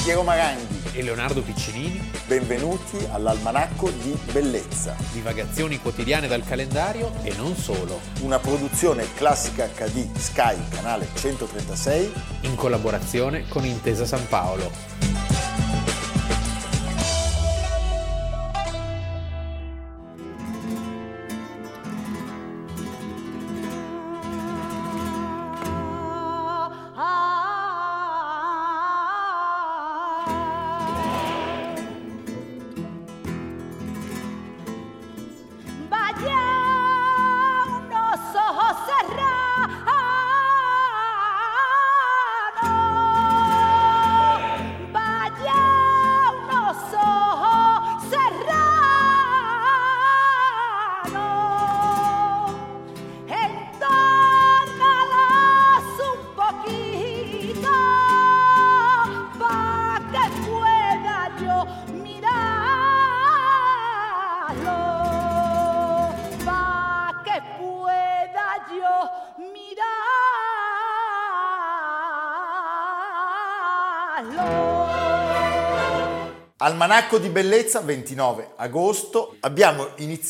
Piero Maranghi e Leonardo Piccinini. Benvenuti all'Almanacco di Bellezza. Divagazioni quotidiane dal calendario e non solo. Una produzione Classica HD Sky, canale 136. In collaborazione con Intesa San Paolo. Almanacco di Bellezza, 29 agosto. Abbiamo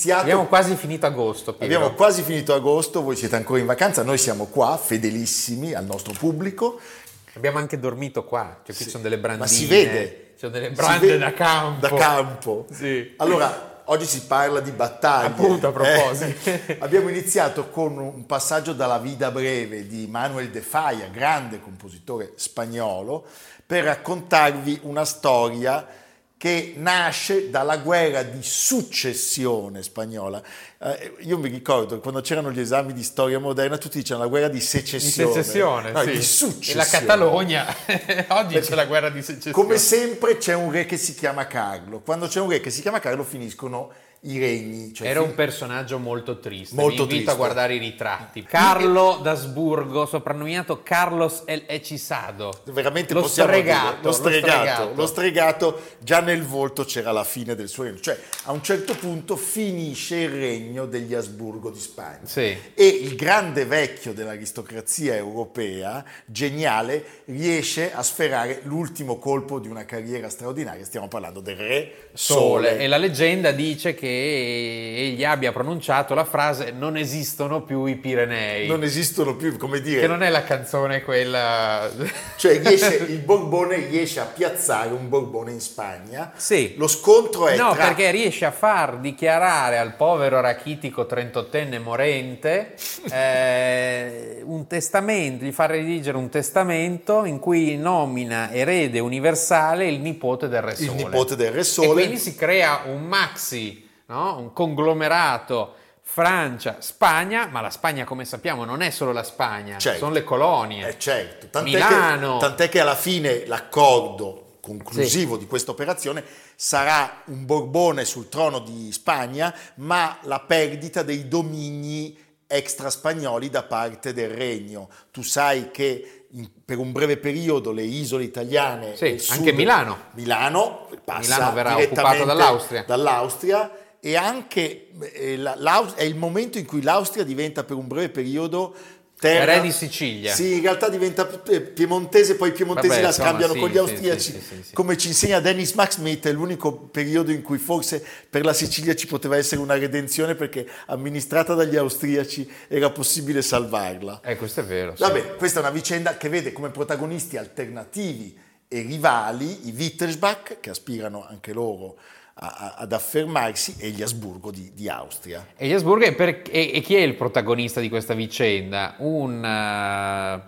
quasi finito agosto, Piero. Abbiamo quasi finito agosto, voi siete ancora in vacanza, noi siamo qua, fedelissimi al nostro pubblico. Abbiamo anche dormito qua, cioè qui ci sono delle brandine. Ma si vede. Ci sono delle brande da campo. Da campo. Sì. Allora, oggi si parla di battaglie. Appunto, a proposito. Abbiamo iniziato con un passaggio dalla Vida Breve di Manuel de Falla, grande compositore spagnolo, per raccontarvi una storia che nasce dalla guerra di successione spagnola. Io mi ricordo che quando c'erano gli esami di storia moderna tutti dicevano la guerra di secessione. Di secessione, no, sì. Di successione. E la Catalogna, oggi c'è la guerra di secessione. Come sempre c'è un re che si chiama Carlo. Quando c'è un re che si chiama Carlo finiscono i regni. Cioè Era un personaggio molto triste. Molto Vi invito triste a guardare i ritratti. Carlo d'Asburgo, soprannominato Carlos el Hechizado. Veramente lo possiamo stregato, dire, lo stregato, già nel volto c'era la fine del suo regno. Cioè, a un certo punto finisce il regno degli Asburgo di Spagna. Sì. E il grande vecchio dell'aristocrazia europea, geniale, riesce a sferrare l'ultimo colpo di una carriera straordinaria. Stiamo parlando del re Sole. E la leggenda dice che egli abbia pronunciato la frase "non esistono più i Pirenei". Non esistono più, come dire. Che non è la canzone quella. Cioè il Borbone riesce a piazzare un Borbone in Spagna. Sì. Lo scontro è perché riesce a far dichiarare al povero rachitico 38enne morente un testamento, gli fa redigere un testamento in cui nomina erede universale il nipote del Re Sole. Il nipote del Re Sole. E quindi si crea un maxi, no? Un conglomerato Francia, Spagna, ma la Spagna, come sappiamo, non è solo la Spagna, certo. Sono le colonie. Certo. Milano. Tant'è che alla fine l'accordo conclusivo di questa operazione sarà un Borbone sul trono di Spagna, ma la perdita dei domini extraspagnoli da parte del regno. Tu sai che per un breve periodo le isole italiane, anche Milano passa Milano verrà occupato dall'Austria e anche è il momento in cui l'Austria diventa per un breve periodo re di Sicilia. Sì, in realtà diventa piemontese, poi i piemontesi la scambiano con gli austriaci. Sì. Come ci insegna Dennis Mack Smith, è l'unico periodo in cui forse per la Sicilia ci poteva essere una redenzione, perché amministrata dagli austriaci era possibile salvarla. Questo è vero. Sì. Vabbè, questa è una vicenda che vede come protagonisti alternativi e rivali i Wittelsbach, che aspirano anche loro ad affermarsi, e gli Asburgo di Austria. E gli Asburgo, e chi è il protagonista di questa vicenda? Un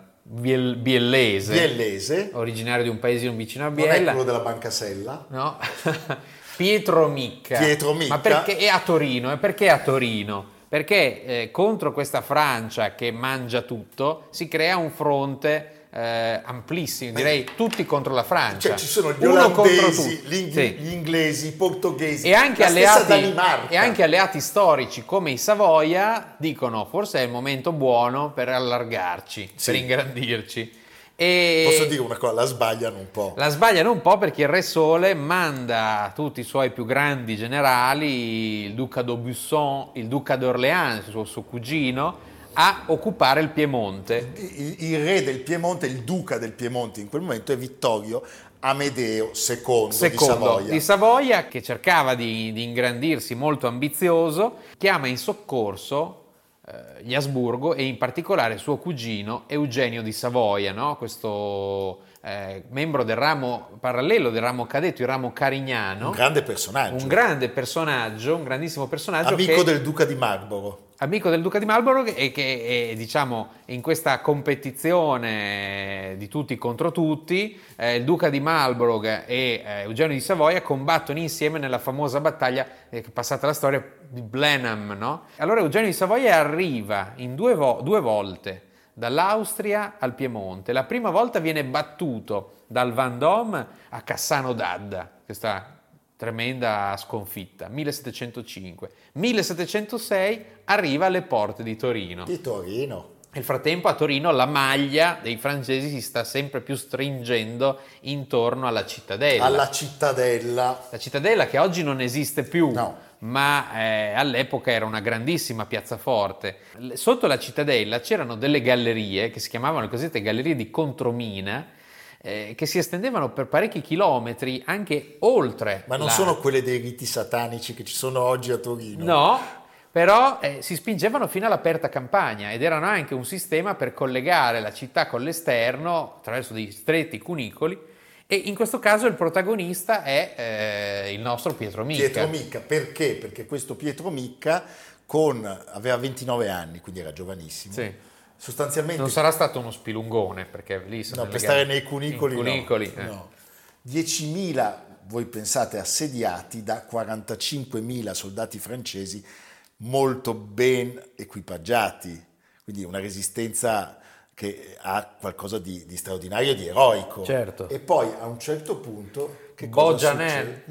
biellese, originario di un paesino vicino a Biella. Non è quello della Bancasella? No. Pietro Micca. Ma perché è a Torino? Perché a Torino? Perché contro questa Francia che mangia tutto si crea un fronte amplissimo, direi tutti contro la Francia. Cioè ci sono gli olandesi, gli inglesi, i portoghesi e anche alleati storici come i Savoia dicono forse è il momento buono per allargarci, per ingrandirci. E posso dire una cosa, la sbagliano un po'. La sbagliano un po' perché il Re Sole manda tutti i suoi più grandi generali, il duca d'Aubusson, il duca d'Orléans, suo cugino, a occupare il Piemonte. Il re del Piemonte, il duca del Piemonte in quel momento è Vittorio, Amedeo II di Savoia, che cercava di ingrandirsi, molto ambizioso, chiama in soccorso gli Asburgo e in particolare suo cugino Eugenio di Savoia, no? Questo membro del ramo parallelo del ramo cadetto, il ramo carignano. Un grande personaggio. Un grandissimo personaggio. Amico del Duca di Marlborough. Amico del Duca di Marlborough e che diciamo in questa competizione di tutti contro tutti, il Duca di Marlborough e Eugenio di Savoia combattono insieme nella famosa battaglia che è passata la storia di Blenheim, no? Allora Eugenio di Savoia arriva in due volte dall'Austria al Piemonte. La prima volta viene battuto dal Vendôme a Cassano d'Adda, questa tremenda sconfitta, 1705. 1706 arriva alle porte di Torino. Nel frattempo a Torino la maglia dei francesi si sta sempre più stringendo intorno alla cittadella. La cittadella che oggi non esiste più. No. Ma all'epoca era una grandissima piazzaforte. Sotto la cittadella c'erano delle gallerie che si chiamavano le cosiddette gallerie di contromina, che si estendevano per parecchi chilometri anche oltre. Ma non sono quelle dei riti satanici che ci sono oggi a Torino? No, però si spingevano fino all'aperta campagna ed erano anche un sistema per collegare la città con l'esterno attraverso dei stretti cunicoli. E in questo caso il protagonista è il nostro Pietro Micca. Perché? Perché questo Pietro Micca aveva 29 anni, quindi era giovanissimo. Sì. Sostanzialmente non sarà stato uno spilungone, perché lì sono per stare nei cunicoli. No. 10.000, voi pensate, assediati da 45.000 soldati francesi molto ben equipaggiati, quindi una resistenza che ha qualcosa di straordinario, di eroico. Certo. E poi a un certo punto Beaujolais.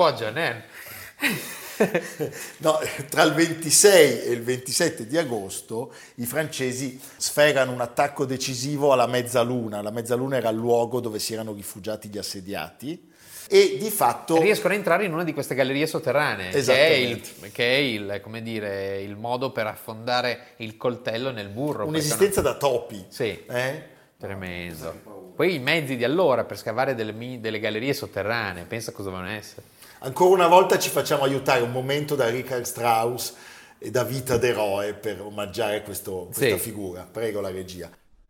No, tra il 26 e il 27 di agosto i francesi sferrano un attacco decisivo alla Mezzaluna. La Mezzaluna era il luogo dove si erano rifugiati gli assediati e di fatto riescono a entrare in una di queste gallerie sotterranee, che è il modo per affondare il coltello nel burro. Un'esistenza da topi. Sì, tremendo. Poi i mezzi di allora per scavare delle gallerie sotterranee, pensa cosa devono essere. Ancora una volta ci facciamo aiutare un momento da Richard Strauss e da Vita d'eroe per omaggiare questa figura. Prego la regia.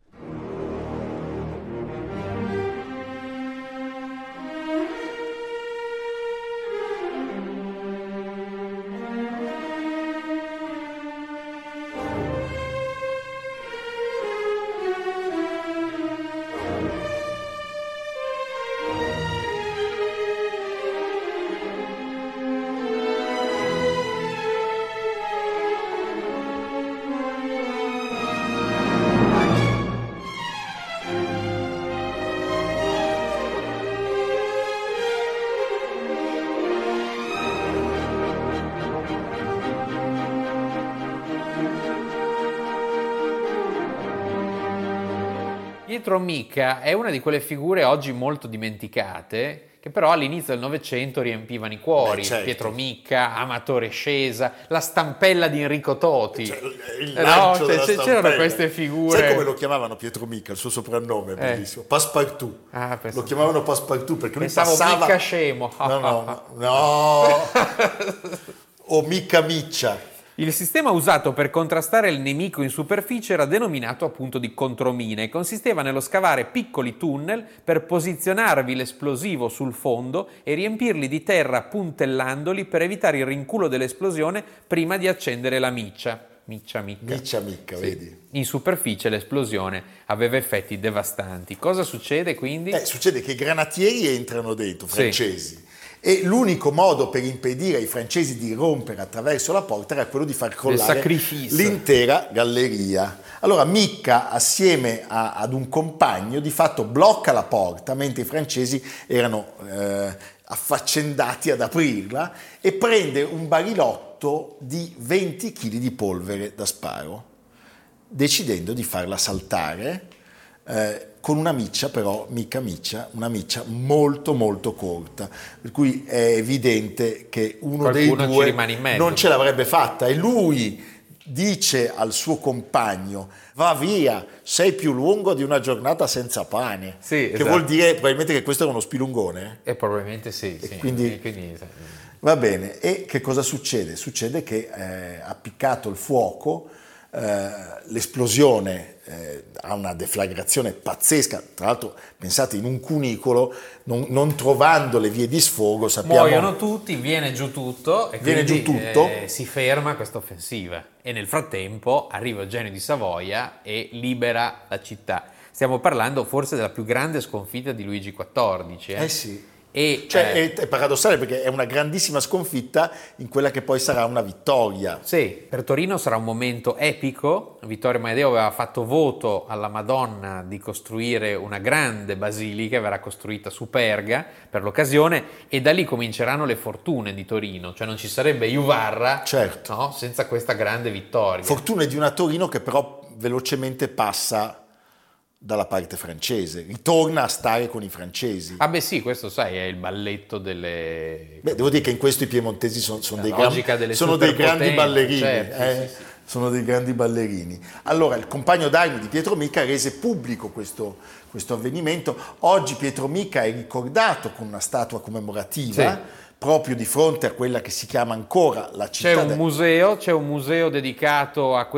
Pietro Micca è una di quelle figure oggi molto dimenticate che però all'inizio del Novecento riempivano i cuori. Certo. Pietro Micca, Amatore Scesa, la stampella di Enrico Toti. C'erano queste figure. Sai come lo chiamavano Pietro Micca? Il suo soprannome è bellissimo. Passepartout. Lo chiamavano Passepartout perché lui passava. Micca scemo. No. O Micca Miccia. Il sistema usato per contrastare il nemico in superficie era denominato appunto di contromine e consisteva nello scavare piccoli tunnel per posizionarvi l'esplosivo sul fondo e riempirli di terra puntellandoli per evitare il rinculo dell'esplosione prima di accendere la miccia. Miccia, sì. Vedi? In superficie l'esplosione aveva effetti devastanti. Cosa succede quindi? Succede che i granatieri entrano dentro, francesi. Sì. E l'unico modo per impedire ai francesi di rompere attraverso la porta era quello di far crollare l'intera galleria. Allora Micca, assieme ad un compagno, di fatto blocca la porta mentre i francesi erano affaccendati ad aprirla e prende un barilotto di 20 kg di polvere da sparo, decidendo di farla saltare con una miccia, però una miccia molto molto corta, per cui è evidente che uno dei due non ce l'avrebbe fatta e lui dice al suo compagno: va via, sei più lungo di una giornata senza pane. Sì, che esatto. Vuol dire probabilmente che questo era uno spilungone. E probabilmente sì. Quindi va bene. E che cosa succede? Succede che appiccato il fuoco, l'esplosione ha una deflagrazione pazzesca. Tra l'altro, pensate, in un cunicolo, non trovando le vie di sfogo, sappiamo... Muoiono tutti, viene giù tutto e quindi si ferma questa offensiva. E nel frattempo arriva Eugenio di Savoia e libera la città. Stiamo parlando forse della più grande sconfitta di Luigi XIV. Sì. È paradossale, perché è una grandissima sconfitta in quella che poi sarà una vittoria. Sì, per Torino sarà un momento epico. Vittorio Emanuele aveva fatto voto alla Madonna di costruire una grande basilica, verrà costruita su Perga per l'occasione, e da lì cominceranno le fortune di Torino, cioè non ci sarebbe Iuvarra, certo, no, senza questa grande vittoria. Fortune di una Torino che però velocemente passa dalla parte francese, ritorna a stare con i francesi. Ah beh sì, questo sai è il balletto delle... Devo dire che in questo i piemontesi sono dei grandi ballerini. Certo, sì. Sono dei grandi ballerini. Allora il compagno d'armi di Pietro Micca rese pubblico questo avvenimento. Oggi Pietro Micca è ricordato con una statua commemorativa, proprio di fronte a quella che si chiama ancora la città. C'è un museo dedicato a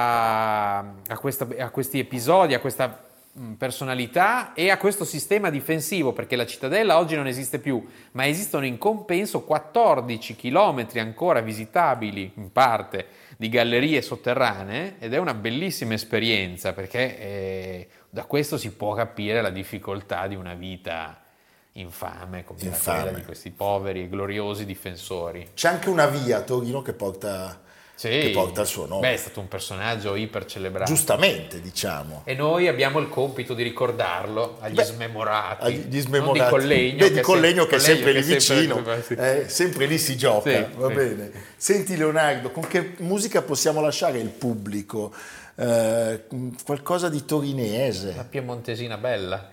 questi episodi, a questa personalità e a questo sistema difensivo, perché la cittadella oggi non esiste più, ma esistono in compenso 14 chilometri ancora visitabili in parte di gallerie sotterranee, ed è una bellissima esperienza, perché da questo si può capire la difficoltà di una vita infame come quella di questi poveri e gloriosi difensori. C'è anche una via a Torino che porta il suo nome. Beh, è stato un personaggio iper celebrato. Giustamente, diciamo. E noi abbiamo il compito di ricordarlo agli smemorati. Non di Collegno. Di Collegno che è sempre lì vicino. Sempre lì si gioca, va bene. Senti Leonardo, con che musica possiamo lasciare il pubblico? Qualcosa di torinese. La piemontesina bella.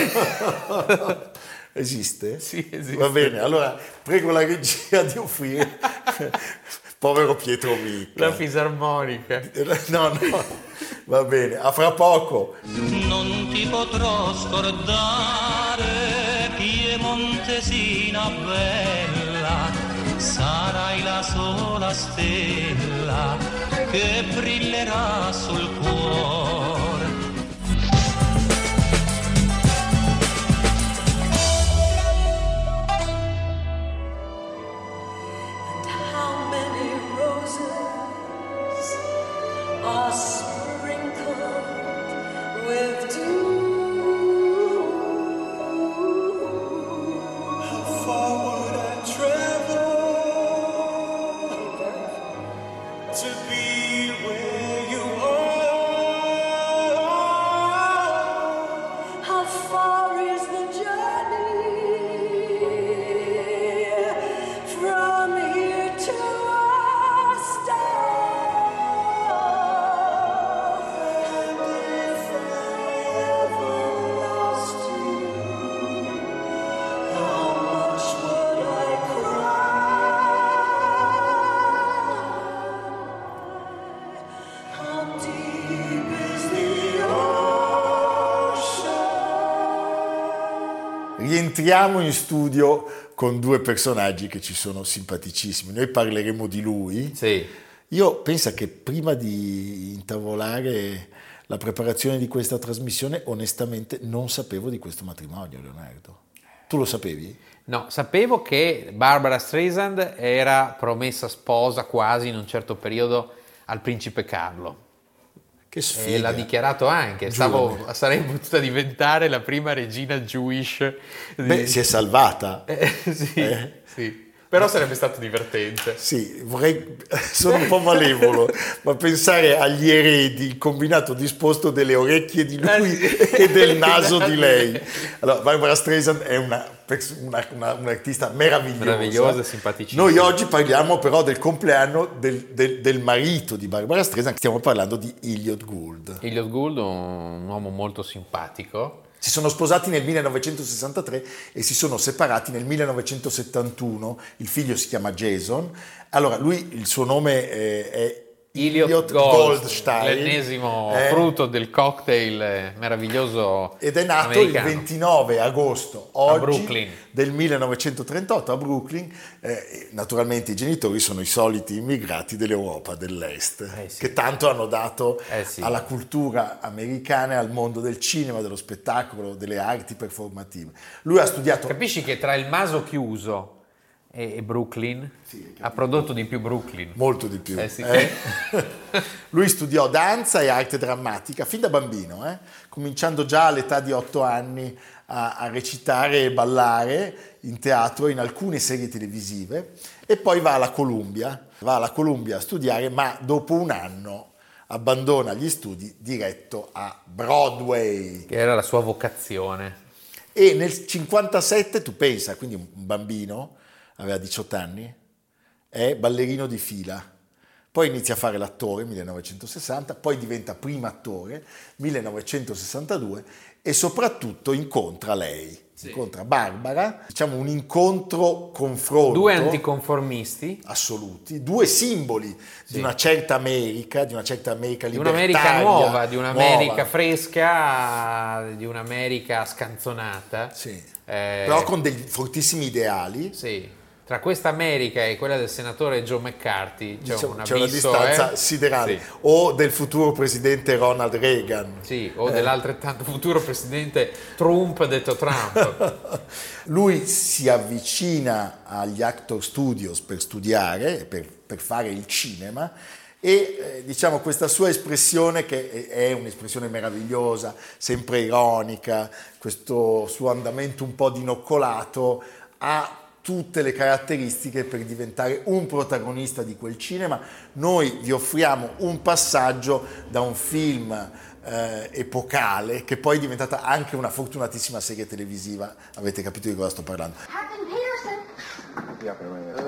Esiste? Sì, esiste. Va bene, allora prego la regia di offrire povero Pietro Micca. La fisarmonica. No, va bene, a fra poco. Non ti potrò scordare, piemontesina bella, sarai la sola stella che brillerà sul cuore. Are sprinkled with dew. How far would I travel to be where you are? How far is the journey from here to our star? Rientriamo in studio con due personaggi che ci sono simpaticissimi. Noi parleremo di lui. Sì. Io penso che prima di intavolare la preparazione di questa trasmissione, onestamente non sapevo di questo matrimonio, Leonardo. Tu lo sapevi? No, sapevo che Barbara Streisand era promessa sposa quasi in un certo periodo al principe Carlo. Che sfiga. E l'ha dichiarato anche. Sarei potuta diventare la prima regina Jewish. Si è salvata. Sì. Però sarebbe stato divertente. Sì, sono un po' malevolo, ma pensare agli eredi, il combinato disposto delle orecchie di lui e del naso di lei. Allora, Barbara Streisand è un'artista meravigliosa e simpaticissima. Noi oggi parliamo però del compleanno del marito di Barbara Streisand, stiamo parlando di Elliot Gould. Elliot Gould, un uomo molto simpatico. Si sono sposati nel 1963 e si sono separati nel 1971. Il figlio si chiama Jason. Allora, il suo nome è Elliot Goldstein, l'ennesimo frutto del cocktail meraviglioso ed è nato americano. Il 29 agosto oggi, a Brooklyn del 1938 a Brooklyn. Naturalmente i genitori sono i soliti immigrati dell'Europa dell'Est, che tanto hanno dato alla cultura americana e al mondo del cinema, dello spettacolo, delle arti performative. Lui ha studiato... Capisci che tra il Maso Chiuso e Brooklyn ha prodotto di più Brooklyn, molto di più. Lui studiò danza e arte drammatica fin da bambino, cominciando già all'età di 8 anni a recitare e ballare in teatro, in alcune serie televisive, e poi va alla Columbia a studiare, ma dopo un anno abbandona gli studi diretto a Broadway, che era la sua vocazione. E nel 57, tu pensa, quindi un bambino, aveva 18 anni, è ballerino di fila, poi inizia a fare l'attore 1960, poi diventa primo attore 1962 e soprattutto incontra lei, incontra Barbara, diciamo un incontro confronto, due anticonformisti assoluti, due simboli di una certa America, libertaria, di un'America nuova, di un'America fresca, di un'America scanzonata, però con dei fortissimi ideali. Sì. Tra questa America e quella del senatore Joe McCarthy c'è una distanza siderale, o del futuro presidente Ronald Reagan, o dell'altrettanto futuro presidente Trump, detto Trump. Lui si avvicina agli Actor Studios per studiare, per fare il cinema, e diciamo questa sua espressione, che è un'espressione meravigliosa, sempre ironica, questo suo andamento un po' dinoccolato, ha tutte le caratteristiche per diventare un protagonista di quel cinema. Noi vi offriamo un passaggio da un film epocale, che poi è diventata anche una fortunatissima serie televisiva. Avete capito di cosa sto parlando? Captain Peterson!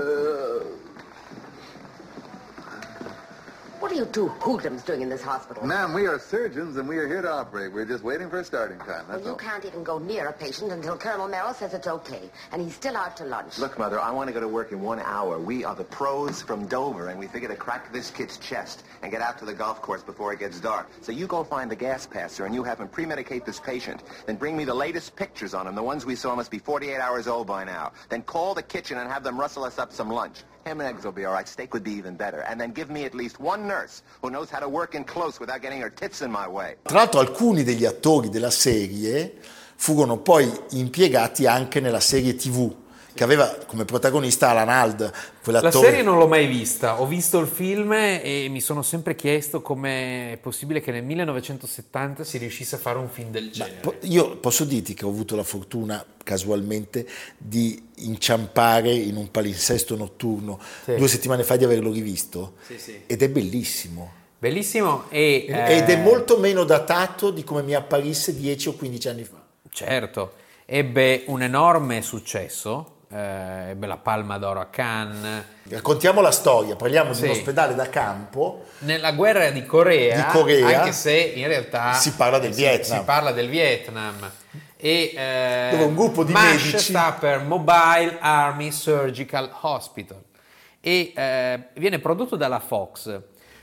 What are you two hoodlums doing in this hospital? Ma'am, we are surgeons and we are here to operate. We're just waiting for starting time, that's Well, you can't even go near a patient until Colonel Merrill says it's okay. And he's still out to lunch. Look, Mother, I want to go to work in 1 hour. We are the pros from Dover, and we figure to crack this kid's chest and get out to the golf course before it gets dark. So you go find the gas passer and you have him pre-medicate this patient. Then bring me the latest pictures on him. The ones we saw must be 48 hours old by now. Then call the kitchen and have them rustle us up some lunch. Ham and eggs will be all right. Steak would be even better. And then give me at least one nurse who knows how to work in close without getting her tits in my way. Tra l'altro alcuni degli attori della serie furono poi impiegati anche nella serie TV, che aveva come protagonista Alan Alda, quell'attore. La serie non l'ho mai vista, ho visto il film e mi sono sempre chiesto come è possibile che nel 1970 si riuscisse a fare un film del genere. Io posso dirti che ho avuto la fortuna casualmente di inciampare in un palinsesto notturno 2 settimane fa, di averlo rivisto, ed è bellissimo. Bellissimo ed è molto meno datato di come mi apparisse 10 o 15 anni fa. Certo, ebbe un enorme successo, ebbe la Palma d'Oro a Cannes. Raccontiamo la storia, parliamo di un ospedale da campo nella guerra di Corea, anche se in realtà si parla del Vietnam. Si parla del Vietnam. E dove un gruppo di medici sta per Mobile Army Surgical Hospital e viene prodotto dalla Fox.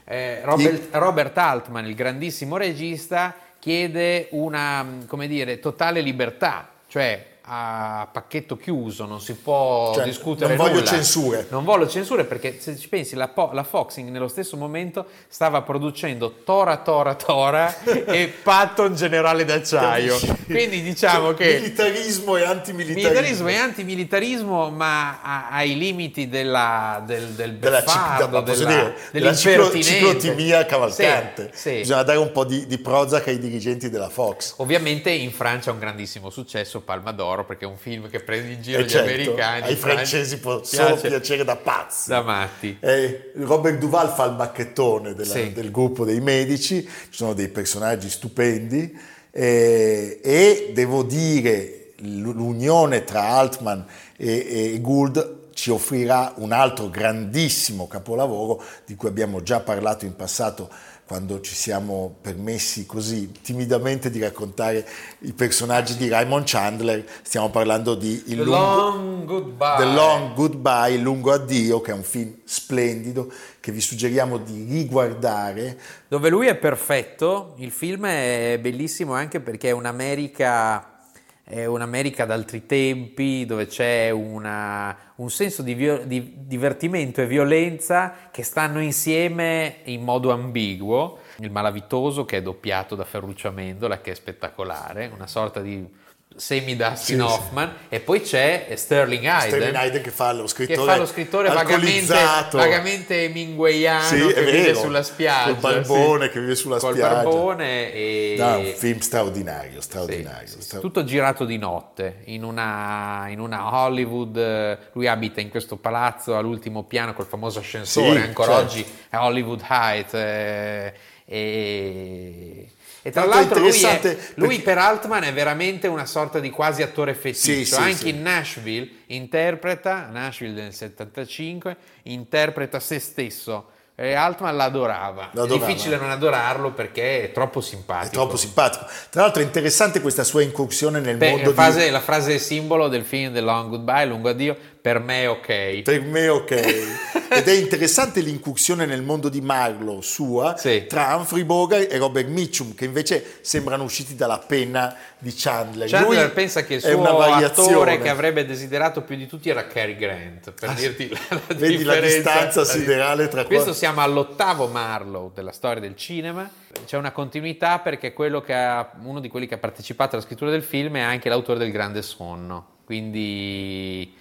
Robert Altman, il grandissimo regista, chiede una, come dire, totale libertà, cioè a pacchetto chiuso, non si può discutere nulla. Non voglio censure perché se ci pensi la Fox nello stesso momento stava producendo Tora e Patton Generale d'Acciaio, quindi diciamo che militarismo e antimilitarismo, ma ai limiti del beffardo, della ciclotimia cavalcante. Bisogna dare un po' di Prozac ai dirigenti della Fox. Ovviamente in Francia un grandissimo successo, Palma d'Oro, perché è un film che prende in giro gli americani. Ai francesi può solo piacere da pazzi, da matti. Robert Duval fa il bacchettone del gruppo dei medici, ci sono dei personaggi stupendi e devo dire l'unione tra Altman e Gould ci offrirà un altro grandissimo capolavoro di cui abbiamo già parlato in passato quando ci siamo permessi così timidamente di raccontare i personaggi di Raymond Chandler, stiamo parlando di The Long Goodbye, Il lungo addio, che è un film splendido che vi suggeriamo di riguardare. Dove lui è perfetto, il film è bellissimo anche perché è un'America d'altri tempi, dove c'è un senso di divertimento e violenza che stanno insieme in modo ambiguo. Il Malavitoso, che è doppiato da Ferruccio Amendola, che è spettacolare, una sorta di semi-Dustin Hoffman, e poi c'è Sterling Hayden che fa lo scrittore vagamente hemingwayano, che vive sulla spiaggia, col barbone, che vive sulla spiaggia, un film straordinario. Tutto girato di notte in una Hollywood. Lui abita in questo palazzo all'ultimo piano col famoso ascensore, oggi è Hollywood Heights, e tra l'altro lui per Altman è veramente una sorta di quasi attore feticcio. In Nashville Nashville del 75, interpreta se stesso. E Altman l'adorava. È difficile non adorarlo perché è troppo simpatico. Tra l'altro è interessante questa sua incursione nel mondo la frase simbolo del film The Long Goodbye, Lungo addio, per me ok. Ed è interessante l'incursione nel mondo di Marlowe sua, tra Humphrey Bogart e Robert Mitchum, che invece sembrano usciti dalla penna di Chandler. Lui pensa che il suo attore che avrebbe desiderato più di tutti era Cary Grant, per dirti la vedi la distanza siderale tra questo. Siamo all'8º Marlowe della storia del cinema. C'è una continuità perché uno di quelli che ha partecipato alla scrittura del film è anche l'autore del Grande Sonno, quindi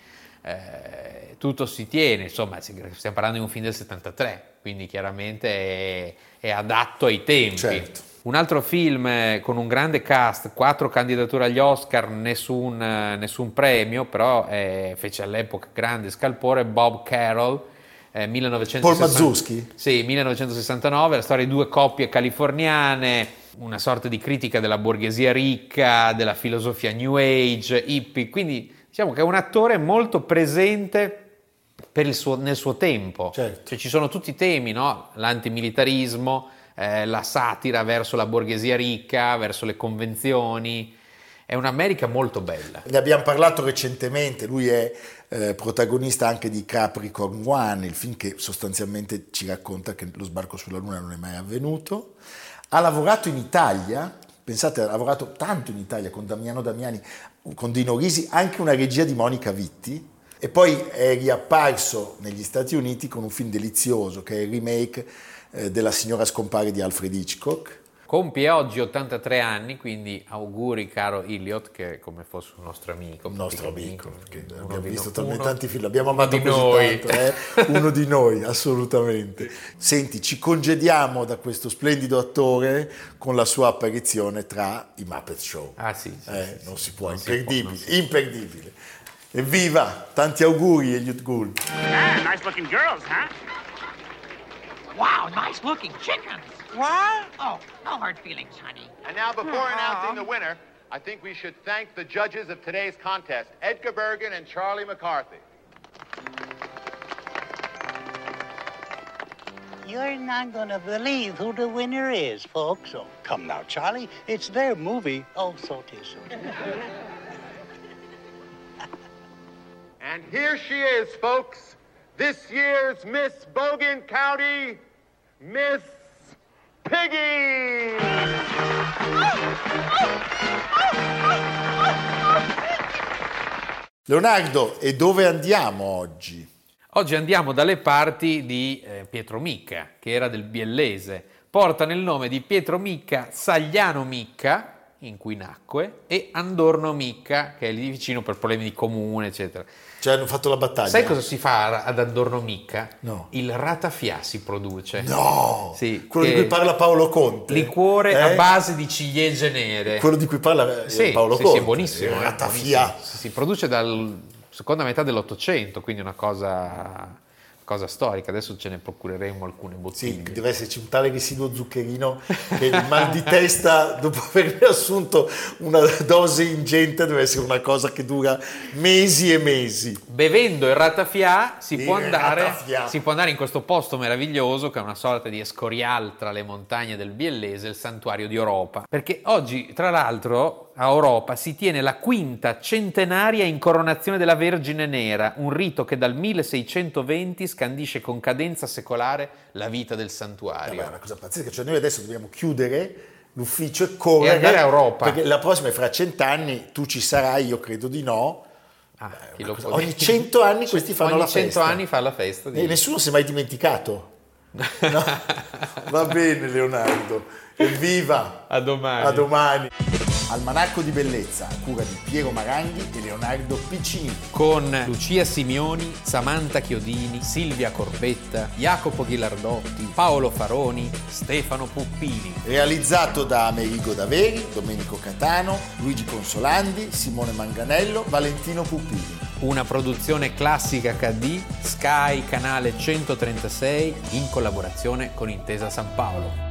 tutto si tiene, insomma, stiamo parlando di un film del 73, quindi chiaramente è adatto ai tempi. Certo. Un altro film con un grande cast, 4 candidature agli Oscar, nessun premio, però fece all'epoca grande scalpore, Bob Carroll, 1960. Paul Mazzuschi? Sì, 1969, la storia di 2 coppie californiane, una sorta di critica della borghesia ricca, della filosofia New Age, hippie, quindi diciamo che è un attore molto presente nel suo tempo. Certo. Cioè, ci sono tutti i temi, no? L'antimilitarismo, la satira verso la borghesia ricca, verso le convenzioni. È un'America molto bella. Ne abbiamo parlato recentemente, lui è protagonista anche di Capricorn One, il film che sostanzialmente ci racconta che lo sbarco sulla Luna non è mai avvenuto. Ha lavorato in Italia, pensate, ha lavorato tanto in Italia con Damiano Damiani, con Dino Risi, anche una regia di Monica Vitti, e poi è riapparso negli Stati Uniti con un film delizioso che è il remake della Signora scompare di Alfred Hitchcock. Compie oggi 83 anni, quindi auguri caro Elliot, che è come fosse un nostro amico. Un nostro amico, perché abbiamo visto talmente tanti film, l'abbiamo amato così tanto, uno di noi, assolutamente. Senti, ci congediamo da questo splendido attore con la sua apparizione tra i Muppet Show. Non si può, imperdibile. Evviva, tanti auguri Elliot Gould. Nice looking girls, huh? Wow, nice looking chickens. What? Oh, no hard feelings, honey. And now, before announcing the winner, I think we should thank the judges of today's contest, Edgar Bergen and Charlie McCarthy. You're not going to believe who the winner is, folks. Oh, come now, Charlie. It's their movie. Oh, so tis. And here she is, folks. This year's Miss Bogan County, Miss Piggy! Leonardo, e dove andiamo oggi? Oggi andiamo dalle parti di Pietro Micca, che era del Biellese. Porta nel nome di Pietro Micca Sagliano Micca, in cui nacque, e Andorno Micca, che è lì vicino per problemi di comune, eccetera. Cioè hanno fatto la battaglia. Sai cosa si fa ad Andorno Micca? No. Il ratafia si produce. No! Sì, quello di cui parla Paolo Conte. Liquore a base di ciliegie nere. Quello di cui parla Paolo Conte. Sì, è buonissimo. Il ratafia. Si produce dal seconda metà dell'800, quindi una cosa cosa storica, adesso ce ne procureremo alcune bottiglie. Sì, deve esserci un tale residuo zuccherino che il mal di testa, dopo averne assunto una dose ingente, deve essere una cosa che dura mesi e mesi. Bevendo il ratafia si può andare in questo posto meraviglioso che è una sorta di Escorial tra le montagne del Biellese, il santuario di Oropa, perché oggi tra l'altro a Oropa si tiene la quinta centenaria incoronazione della Vergine Nera, un rito che dal 1620 scandisce con cadenza secolare la vita del santuario. È una cosa pazzesca, cioè noi adesso dobbiamo chiudere l'ufficio e correre e andare a Oropa, perché la prossima è fra 100 anni, tu ci sarai, io credo di no. Ogni 100 anni questi fanno la festa. Ogni 100 anni fa la festa. E nessuno si è mai dimenticato. No? Va bene Leonardo, evviva! A domani! A domani! Almanacco di bellezza a cura di Piero Maranghi e Leonardo Piccini, con Lucia Simioni, Samantha Chiodini, Silvia Corbetta, Jacopo Ghilardotti, Paolo Faroni, Stefano Puppini. Realizzato da Amerigo Daveri, Domenico Catano, Luigi Consolandi, Simone Manganello, Valentino Puppini. Una produzione Classica HD, Sky Canale 136 in collaborazione con Intesa San Paolo.